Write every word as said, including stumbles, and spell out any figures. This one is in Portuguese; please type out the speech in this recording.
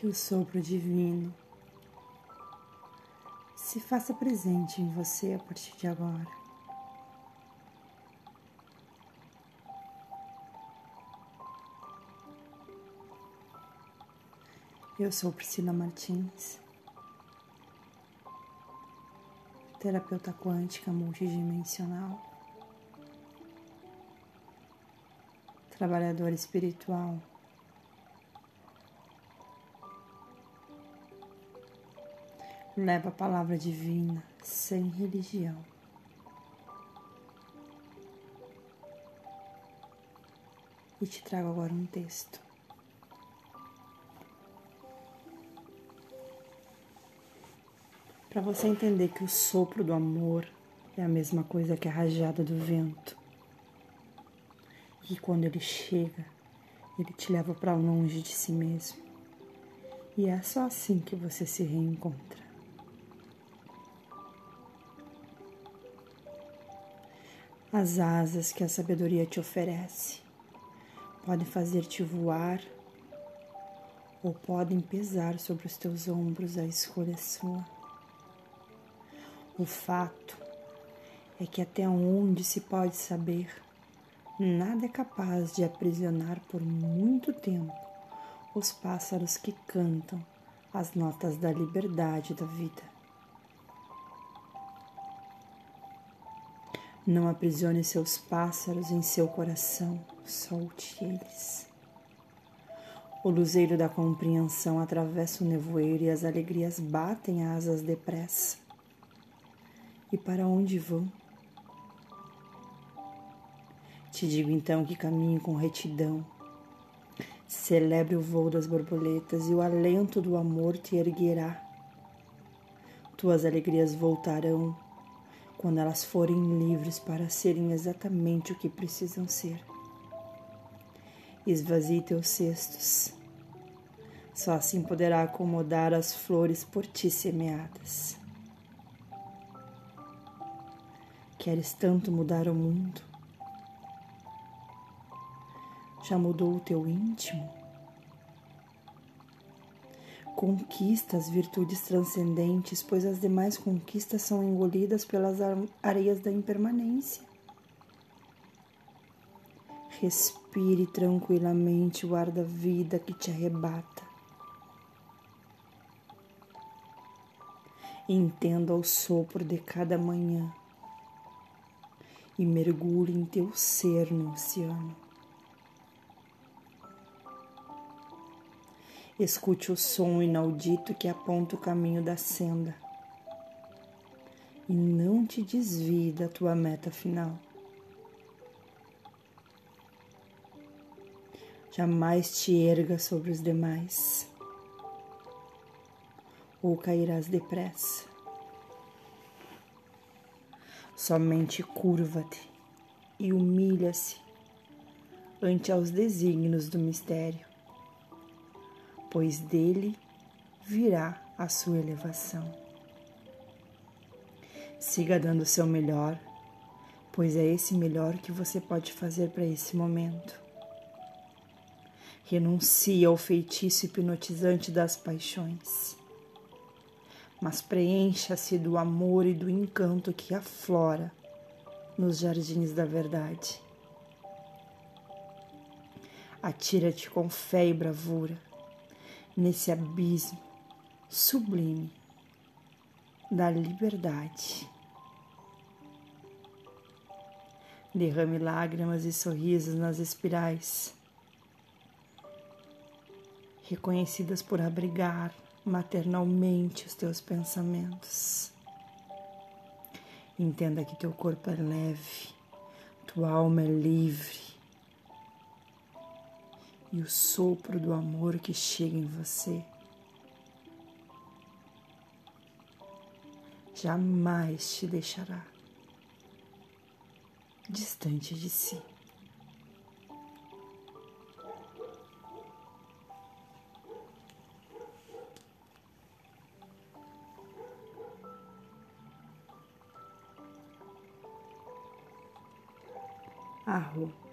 Que o sopro divino se faça presente em você a partir de agora. Eu sou Priscila Martins, terapeuta quântica multidimensional, trabalhadora espiritual, leva a palavra divina sem religião. E te trago agora um texto. Para você entender que o sopro do amor é a mesma coisa que a rajada do vento. E quando ele chega, ele te leva para longe de si mesmo. E é só assim que você se reencontra. As asas que a sabedoria te oferece podem fazer-te voar ou podem pesar sobre os teus ombros, a escolha é sua. O fato é que até onde se pode saber, nada é capaz de aprisionar por muito tempo os pássaros que cantam as notas da liberdade da vida. Não aprisione seus pássaros em seu coração, solte eles. O luzeiro da compreensão atravessa o nevoeiro e as alegrias batem asas depressa. E para onde vão? Te digo então que caminhe com retidão. Celebre o voo das borboletas e o alento do amor te erguerá. Tuas alegrias voltarão quando elas forem livres para serem exatamente o que precisam ser. Esvazie teus cestos. Só assim poderá acomodar as flores por ti semeadas. Queres tanto mudar o mundo? Já mudou o teu íntimo? Conquista as virtudes transcendentes, pois as demais conquistas são engolidas pelas areias da impermanência. Respire tranquilamente o ar da vida que te arrebata. Entenda o sopro de cada manhã e mergulhe em teu ser no oceano. Escute o som inaudito que aponta o caminho da senda e não te desvie da tua meta final. Jamais te erga sobre os demais ou cairás depressa. Somente curva-te e humilha-se ante aos desígnios do mistério, pois dele virá a sua elevação. Siga dando o seu melhor, pois é esse melhor que você pode fazer para esse momento. Renuncie ao feitiço hipnotizante das paixões, mas preencha-se do amor e do encanto que aflora nos jardins da verdade. Atira-te com fé e bravura nesse abismo sublime da liberdade. Derrame lágrimas e sorrisos nas espirais, reconhecidas por abrigar maternalmente os teus pensamentos. Entenda que teu corpo é leve, tua alma é livre e o sopro do amor que chega em você jamais te deixará distante de si. Arro.